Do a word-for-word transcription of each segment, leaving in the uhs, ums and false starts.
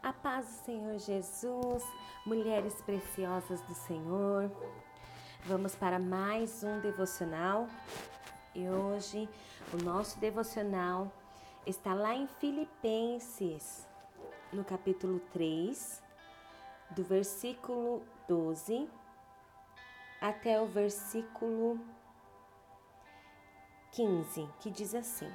A paz do Senhor Jesus, mulheres preciosas do Senhor. Vamos para mais um devocional. E hoje o nosso devocional está lá em Filipenses, no capítulo três, do versículo doze até o versículo quinze, que diz assim: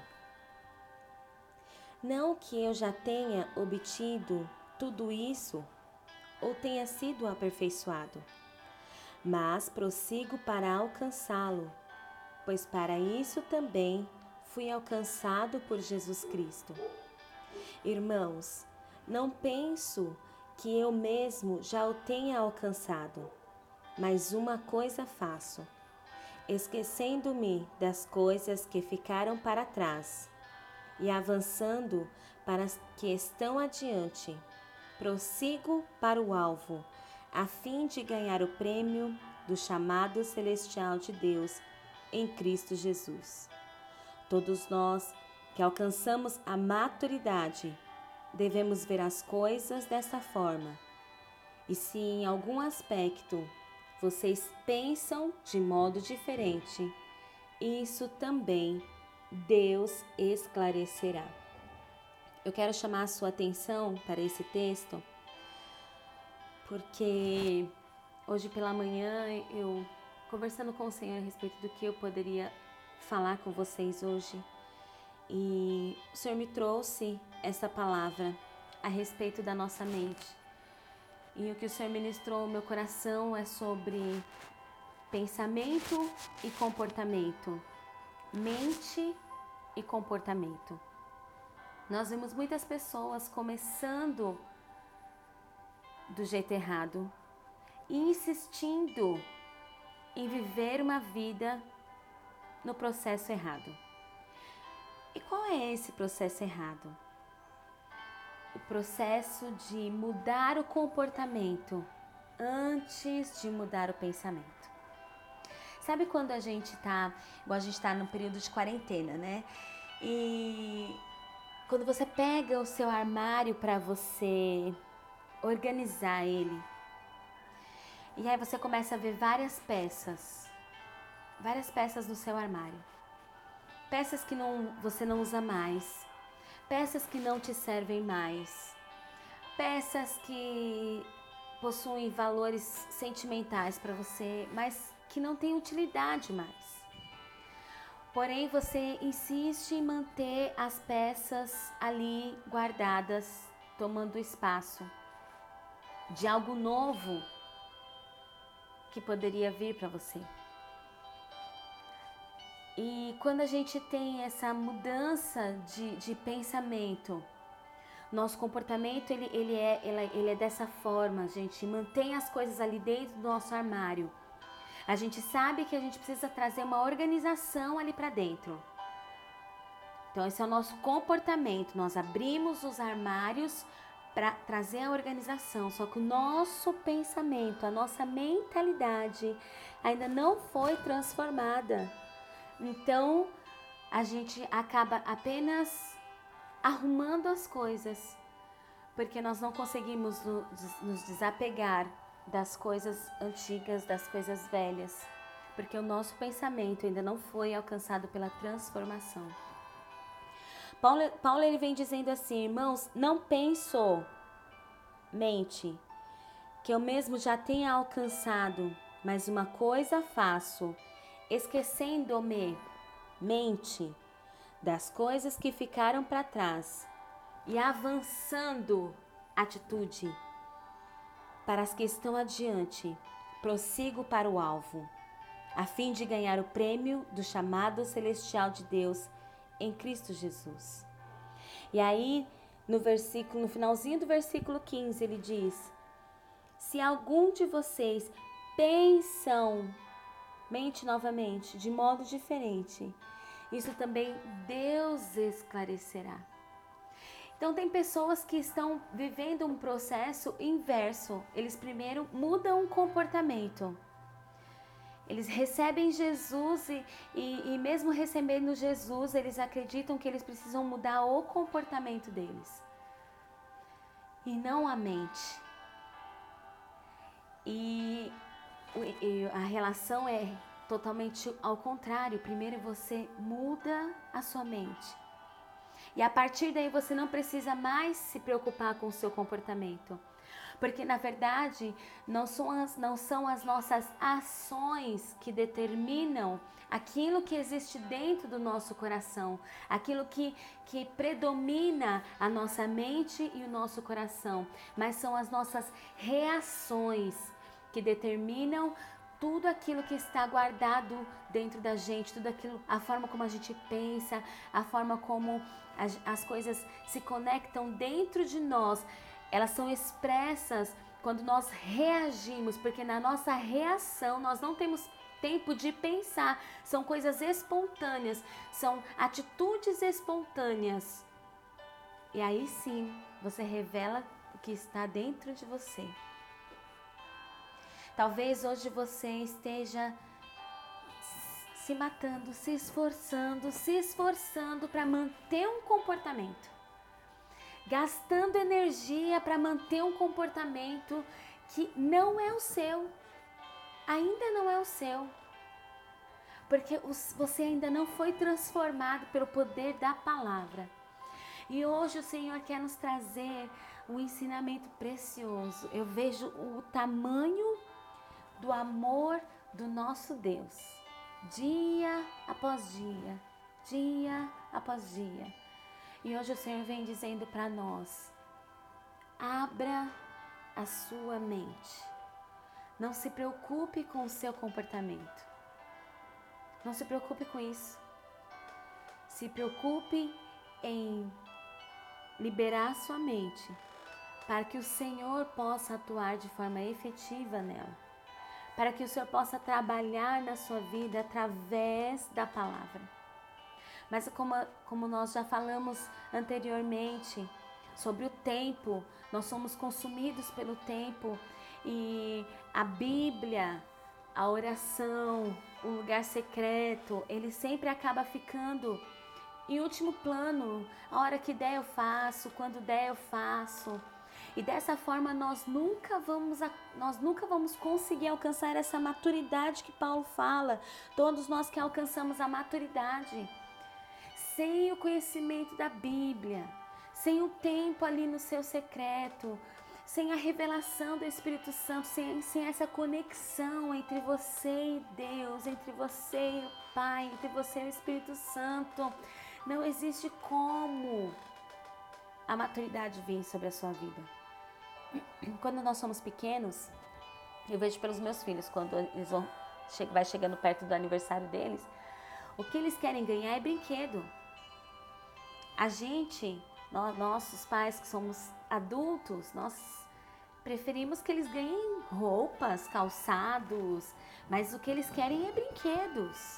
Não que eu já tenha obtido tudo isso ou tenha sido aperfeiçoado, mas prossigo para alcançá-lo, pois para isso também fui alcançado por Jesus Cristo. Irmãos, não penso que eu mesmo já o tenha alcançado, mas uma coisa faço, esquecendo-me das coisas que ficaram para trás e avançando para as que estão adiante, prossigo para o alvo, a fim de ganhar o prêmio do chamado celestial de Deus em Cristo Jesus. Todos nós que alcançamos a maturidade devemos ver as coisas dessa forma. E se em algum aspecto vocês pensam de modo diferente, isso também Deus esclarecerá. Eu quero chamar a sua atenção para esse texto, porque hoje pela manhã eu, conversando com o Senhor a respeito do que eu poderia falar com vocês hoje, e o Senhor me trouxe essa palavra a respeito da nossa mente. E o que o Senhor ministrou no meu coração é sobre pensamento e comportamento, mente e comportamento. Nós vemos muitas pessoas começando do jeito errado e insistindo em viver uma vida no processo errado. E qual é esse processo errado? O processo de mudar o comportamento antes de mudar o pensamento. Sabe quando a gente tá, igual a gente tá no período de quarentena, né? E quando você pega o seu armário para você organizar ele, e aí você começa a ver várias peças, várias peças no seu armário. Peças que não, você não usa mais, peças que não te servem mais, peças que possuem valores sentimentais para você, mas que não têm utilidade mais. Porém, você insiste em manter as peças ali guardadas, tomando espaço de algo novo que poderia vir para você. E quando a gente tem essa mudança de, de pensamento, nosso comportamento ele, ele, é, ele, ele é dessa forma, a gente mantém as coisas ali dentro do nosso armário. A gente sabe que a gente precisa trazer uma organização ali para dentro. Então esse é o nosso comportamento, nós abrimos os armários para trazer a organização, só que o nosso pensamento, a nossa mentalidade ainda não foi transformada. Então a gente acaba apenas arrumando as coisas, porque nós não conseguimos nos desapegar das coisas antigas, das coisas velhas, porque o nosso pensamento ainda não foi alcançado pela transformação. Paulo, Paulo ele vem dizendo assim: irmãos, não penso, mente, que eu mesmo já tenha alcançado, mas uma coisa faço, esquecendo-me, mente, das coisas que ficaram para trás e avançando, atitude, para as que estão adiante, prossigo para o alvo, a fim de ganhar o prêmio do chamado celestial de Deus em Cristo Jesus. E aí, no versículo, no finalzinho do versículo quinze, ele diz: se algum de vocês pensam, mente novamente, de modo diferente, isso também Deus esclarecerá. Então tem pessoas que estão vivendo um processo inverso. Eles primeiro mudam o comportamento. Eles recebem Jesus e, e, e mesmo recebendo Jesus, eles acreditam que eles precisam mudar o comportamento deles. e não a mente. E, e a relação é totalmente ao contrário. Primeiro você muda a sua mente. E a partir daí você não precisa mais se preocupar com o seu comportamento. Porque na verdade não são as, não são as nossas ações que determinam aquilo que existe dentro do nosso coração, aquilo que, que predomina a nossa mente e o nosso coração, mas são as nossas reações que determinam tudo aquilo que está guardado dentro da gente, tudo aquilo, a forma como a gente pensa, a forma como as, as coisas se conectam dentro de nós. Elas são expressas quando nós reagimos, porque na nossa reação nós não temos tempo de pensar. São coisas espontâneas, são atitudes espontâneas. E aí sim, você revela o que está dentro de você. Talvez hoje você esteja se matando, se esforçando, se esforçando para manter um comportamento. Gastando energia para manter um comportamento que não é o seu. Ainda não é o seu. Porque você ainda não foi transformado pelo poder da palavra. E hoje o Senhor quer nos trazer um ensinamento precioso. Eu vejo o tamanho do amor do nosso Deus. Dia após dia, dia após dia. E hoje o Senhor vem dizendo para nós, abra a sua mente. Não se preocupe com o seu comportamento. Não se preocupe com isso. Se preocupe em liberar a sua mente para que o Senhor possa atuar de forma efetiva nela. Para que o Senhor possa trabalhar na sua vida através da palavra. Mas como, como nós já falamos anteriormente sobre o tempo, nós somos consumidos pelo tempo e a Bíblia, a oração, o lugar secreto, ele sempre acaba ficando em último plano. A hora que der eu faço, quando der eu faço. E dessa forma nós nunca vamos, nós nunca vamos conseguir alcançar essa maturidade que Paulo fala. Todos nós que alcançamos a maturidade. Sem o conhecimento da Bíblia, sem o tempo ali no seu secreto, sem a revelação do Espírito Santo, sem, sem essa conexão entre você e Deus, entre você e o Pai, entre você e o Espírito Santo, não existe como a maturidade vir sobre a sua vida. Quando nós somos pequenos, eu vejo pelos meus filhos, quando eles vão, vai chegando perto do aniversário deles, o que eles querem ganhar é brinquedo. A gente, nós, nossos pais que somos adultos, nós preferimos que eles ganhem roupas, calçados, mas o que eles querem é brinquedos.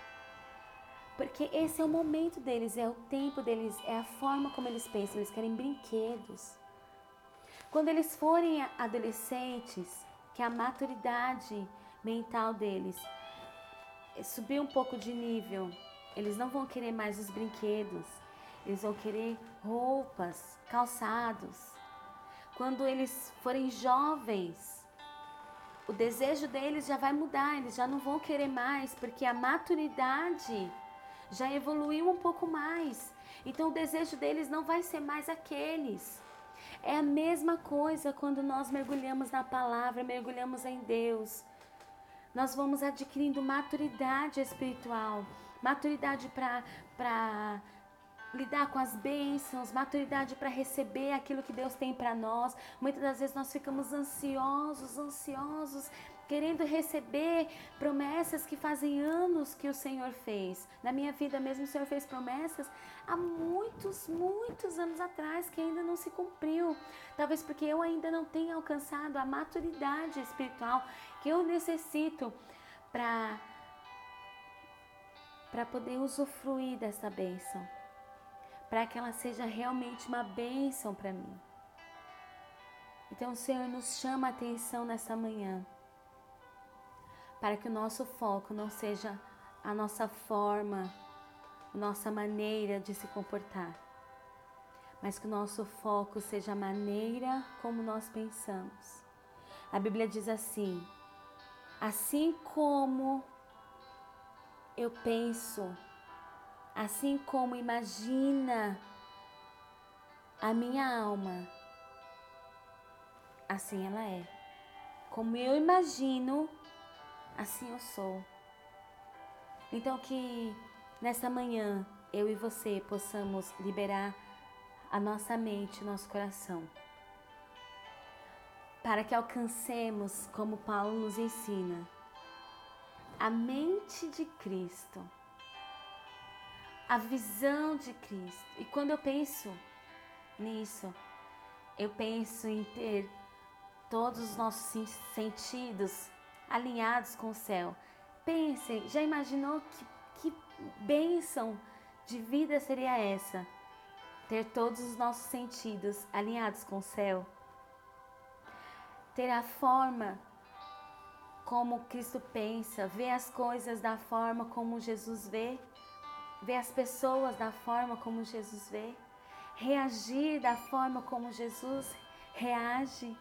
Porque esse é o momento deles, é o tempo deles, é a forma como eles pensam, eles querem brinquedos. Quando eles forem adolescentes, que a maturidade mental deles subir um pouco de nível, eles não vão querer mais os brinquedos, eles vão querer roupas, calçados. Quando eles forem jovens, o desejo deles já vai mudar, eles já não vão querer mais, porque a maturidade já evoluiu um pouco mais. Então o desejo deles não vai ser mais aqueles. É a mesma coisa quando nós mergulhamos na palavra, mergulhamos em Deus. Nós vamos adquirindo maturidade espiritual, maturidade para lidar com as bênçãos, maturidade para receber aquilo que Deus tem para nós. Muitas das vezes nós ficamos ansiosos, ansiosos, querendo receber promessas que fazem anos que o Senhor fez. Na minha vida mesmo o Senhor fez promessas há muitos, muitos anos atrás que ainda não se cumpriu. Talvez porque eu ainda não tenha alcançado a maturidade espiritual que eu necessito para para poder usufruir dessa bênção, para que ela seja realmente uma bênção para mim. Então o Senhor nos chama a atenção nessa manhã, para que o nosso foco não seja a nossa forma, a nossa maneira de se comportar, mas que o nosso foco seja a maneira como nós pensamos. A Bíblia diz assim: assim como eu penso, assim como imagina a minha alma, assim ela é. Como eu imagino, assim eu sou. Então que nessa manhã eu e você possamos liberar a nossa mente, o nosso coração, para que alcancemos, como Paulo nos ensina, a mente de Cristo, a visão de Cristo. E quando eu penso nisso, eu penso em ter todos os nossos sentidos alinhados com o céu. Pensem, já imaginou que, que bênção de vida seria essa? Ter todos os nossos sentidos alinhados com o céu? Ter a forma como Cristo pensa, ver as coisas da forma como Jesus vê, ver as pessoas da forma como Jesus vê, reagir da forma como Jesus reage.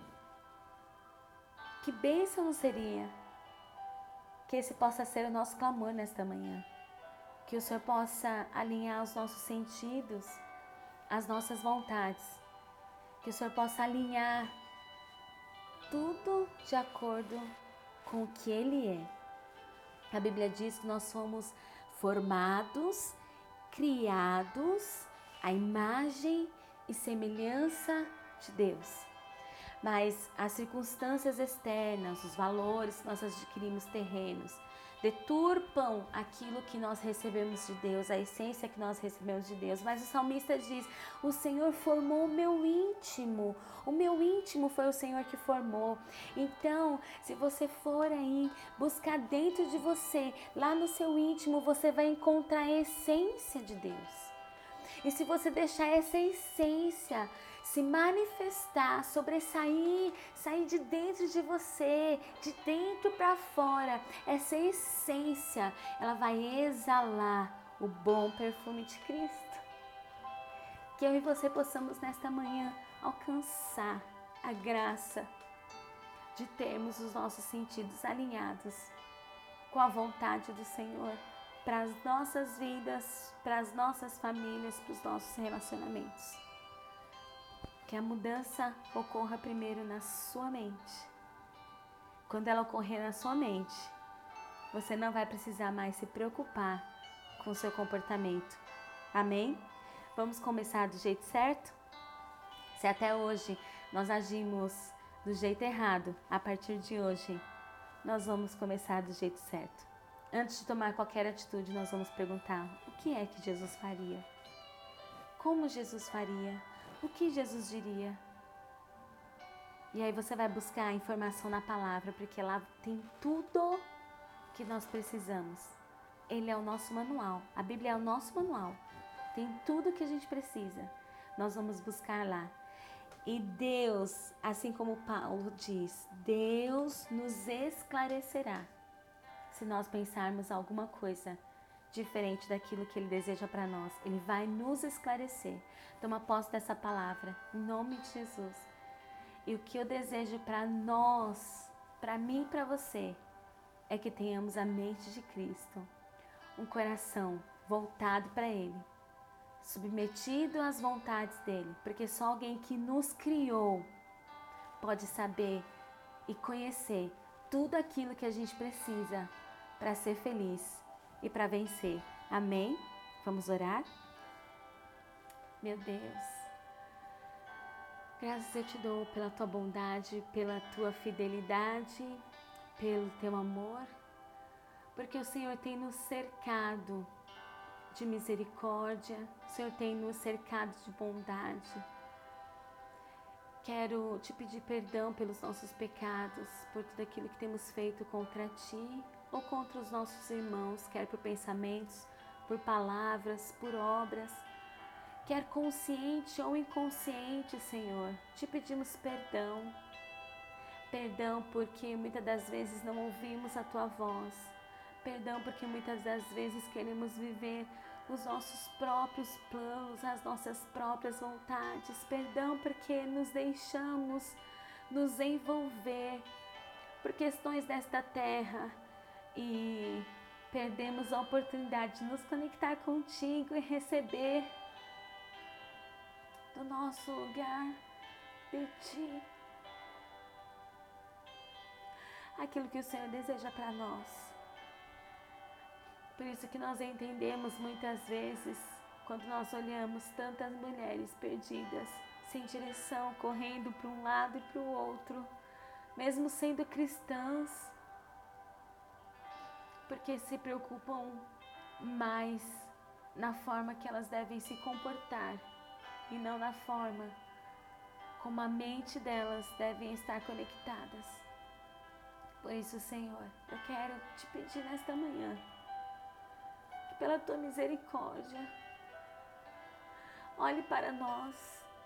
Que bênção não seria? Que esse possa ser o nosso clamor nesta manhã. Que o Senhor possa alinhar os nossos sentidos, as nossas vontades. Que o Senhor possa alinhar tudo de acordo com o que Ele é. A Bíblia diz que nós somos formados, criados à imagem e semelhança de Deus. Mas as circunstâncias externas, os valores que nós adquirimos terrenos, deturpam aquilo que nós recebemos de Deus, a essência que nós recebemos de Deus. Mas o salmista diz: o Senhor formou o meu íntimo, o meu íntimo foi o Senhor que formou. Então, se você for aí buscar dentro de você, lá no seu íntimo, você vai encontrar a essência de Deus. E se você deixar essa essência se manifestar, sobressair, sair de dentro de você, de dentro para fora, essa essência, ela vai exalar o bom perfume de Cristo. Que eu e você possamos nesta manhã alcançar a graça de termos os nossos sentidos alinhados com a vontade do Senhor para as nossas vidas, para as nossas famílias, para os nossos relacionamentos. Que a mudança ocorra primeiro na sua mente. Quando ela ocorrer na sua mente, você não vai precisar mais se preocupar com o seu comportamento. Amém? Vamos começar do jeito certo? Se até hoje nós agimos do jeito errado, a partir de hoje nós vamos começar do jeito certo. Antes de tomar qualquer atitude, nós vamos perguntar: o que é que Jesus faria? Como Jesus faria? O que Jesus diria? E aí você vai buscar a informação na palavra, porque lá tem tudo que nós precisamos. Ele é o nosso manual. A Bíblia é o nosso manual. Tem tudo que a gente precisa. Nós vamos buscar lá. E Deus, assim como Paulo diz, Deus nos esclarecerá se nós pensarmos alguma coisa diferente daquilo que Ele deseja para nós. Ele vai nos esclarecer. Toma posse dessa palavra, em nome de Jesus. E o que eu desejo para nós, para mim e para você, é que tenhamos a mente de Cristo, um coração voltado para Ele, submetido às vontades dEle, porque só alguém que nos criou pode saber e conhecer tudo aquilo que a gente precisa para ser feliz e para vencer. Amém? Vamos orar? Meu Deus, graças eu te dou pela tua bondade, pela tua fidelidade, pelo teu amor, porque o Senhor tem nos cercado de misericórdia, o Senhor tem nos cercado de bondade. Quero te pedir perdão pelos nossos pecados, por tudo aquilo que temos feito contra ti ou contra os nossos irmãos, quer por pensamentos, por palavras, por obras, quer consciente ou inconsciente, Senhor. Te pedimos perdão. Perdão porque muitas das vezes não ouvimos a tua voz. Perdão porque muitas das vezes queremos viver os nossos próprios planos, as nossas próprias vontades. Perdão porque nos deixamos nos envolver por questões desta terra e perdemos a oportunidade de nos conectar contigo e receber do nosso lugar de ti aquilo que o Senhor deseja para nós. Por isso que nós entendemos muitas vezes, quando nós olhamos tantas mulheres perdidas, sem direção, correndo para um lado e para o outro, mesmo sendo cristãs, porque se preocupam mais na forma que elas devem se comportar e não na forma como a mente delas devem estar conectadas. Por isso, Senhor, eu quero te pedir nesta manhã, que pela tua misericórdia, olhe para nós,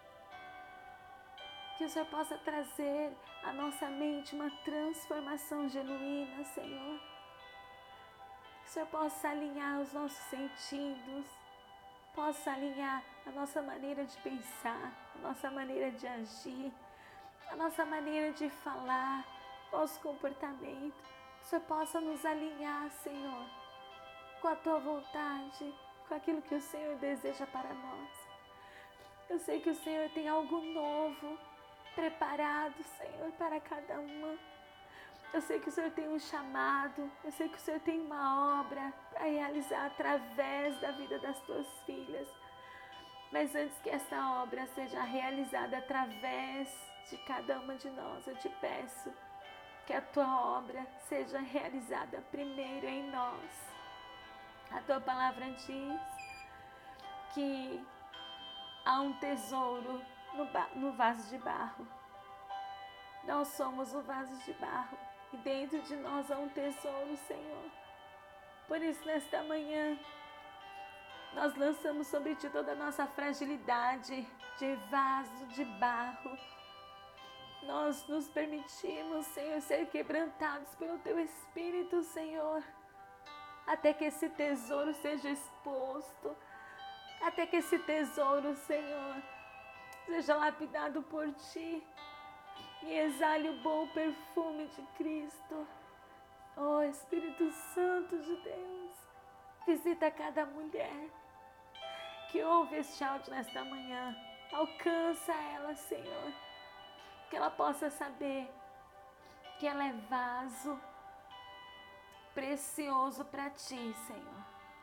que o Senhor possa trazer à nossa mente uma transformação genuína, Senhor. Que o Senhor possa alinhar os nossos sentidos, possa alinhar a nossa maneira de pensar, a nossa maneira de agir, a nossa maneira de falar, nosso comportamento. Que o Senhor possa nos alinhar, Senhor, com a tua vontade, com aquilo que o Senhor deseja para nós. Eu sei que o Senhor tem algo novo preparado, Senhor, para cada uma. Eu sei que o Senhor tem um chamado, eu sei que o Senhor tem uma obra para realizar através da vida das tuas filhas. Mas antes que essa obra seja realizada através de cada uma de nós, eu te peço que a tua obra seja realizada primeiro em nós. A tua palavra diz que há um tesouro no, no vaso de barro. Nós somos o vaso de barro e dentro de nós há um tesouro, Senhor. Por isso, nesta manhã, nós lançamos sobre ti toda a nossa fragilidade de vaso de barro. Nós nos permitimos, Senhor, ser quebrantados pelo teu Espírito, Senhor, até que esse tesouro seja exposto, até que esse tesouro, Senhor, seja lapidado por ti e exale o bom perfume de Cristo. Oh, Espírito Santo de Deus, visita cada mulher que ouve este áudio nesta manhã, alcança ela, Senhor, que ela possa saber que ela é vaso precioso para ti, Senhor.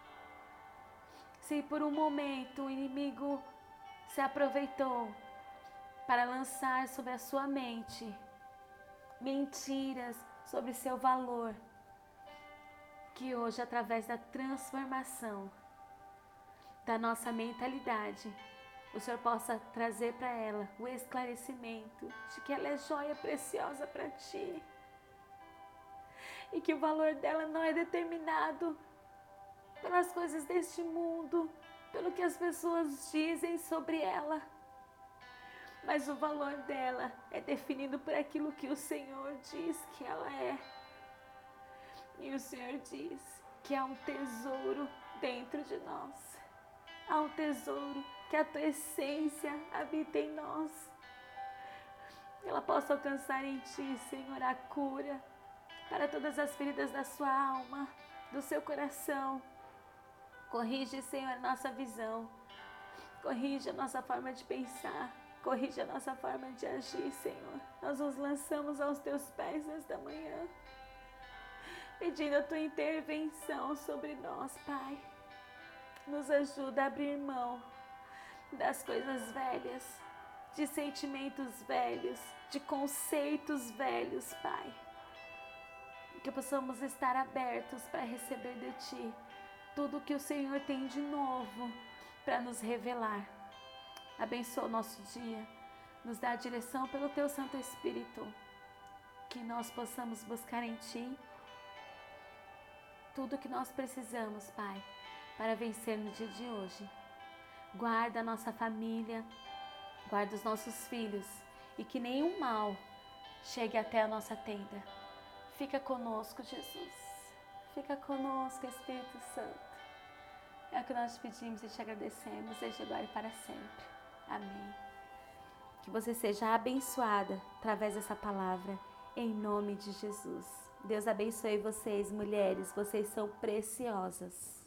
Se por um momento o inimigo se aproveitou para lançar sobre a sua mente mentiras sobre seu valor, que hoje, através da transformação da nossa mentalidade, o Senhor possa trazer para ela o esclarecimento de que ela é joia preciosa para ti e que o valor dela não é determinado pelas coisas deste mundo, pelo que as pessoas dizem sobre ela, mas o valor dela é definido por aquilo que o Senhor diz que ela é. E o Senhor diz que há um tesouro dentro de nós, há um tesouro que a tua essência habita em nós. Ela possa alcançar em ti, Senhor, a cura para todas as feridas da sua alma, do seu coração. Corrige, Senhor, a nossa visão, corrige a nossa forma de pensar, corrige a nossa forma de agir, Senhor. Nós nos lançamos aos teus pés nesta manhã, pedindo a tua intervenção sobre nós, Pai. Nos ajuda a abrir mão das coisas velhas, de sentimentos velhos, de conceitos velhos, Pai. Que possamos estar abertos para receber de ti tudo que o Senhor tem de novo para nos revelar. Abençoa o nosso dia, nos dá a direção pelo teu Santo Espírito, que nós possamos buscar em ti tudo que nós precisamos, Pai, para vencer no dia de hoje. Guarda a nossa família, guarda os nossos filhos e que nenhum mal chegue até a nossa tenda. Fica conosco, Jesus. Fica conosco, Espírito Santo. É o que nós te pedimos e te agradecemos, desde agora e para sempre. Amém. Que você seja abençoada através dessa palavra, em nome de Jesus. Deus abençoe vocês, mulheres, vocês são preciosas.